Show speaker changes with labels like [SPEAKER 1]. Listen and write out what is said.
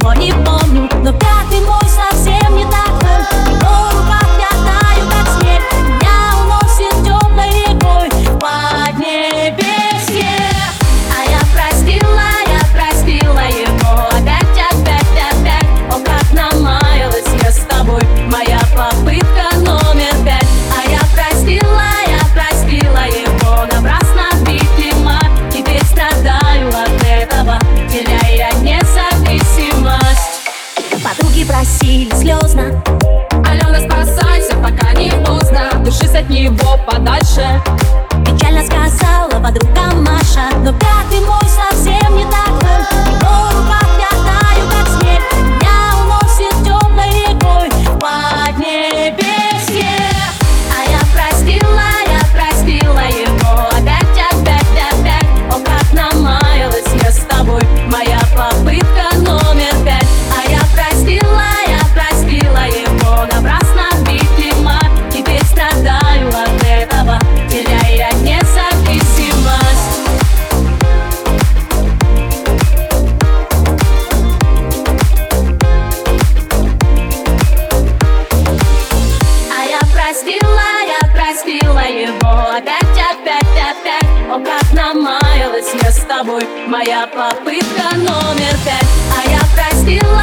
[SPEAKER 1] его не помню, но пятый мой совсем не такой. В его руках я таю, как снег, меня уносит темной рекой в поднебесье. А я простила его опять. О, как намаялась я с тобой, моя попытка номер 5. А я простила его напрасно, видимо. Теперь страдаю от этого, теряя независимость. Подруги просили слезно:
[SPEAKER 2] Алена, спасайся, пока не поздно, держись от него подальше.
[SPEAKER 1] печально сказала подруга Маша. Но пятый мой совсем не такой. В его руках я таю, как снег, меня уносит темной рекой в поднебесье. А я простила его опять. О, как намаялась я с тобой, моя попытка номер 5. А я простила его напрасно, видимо. Теперь страдаю от этого, теряя независимость. А я простила его опять. О, как намаялась я с тобой, моя попытка номер 5. А я простила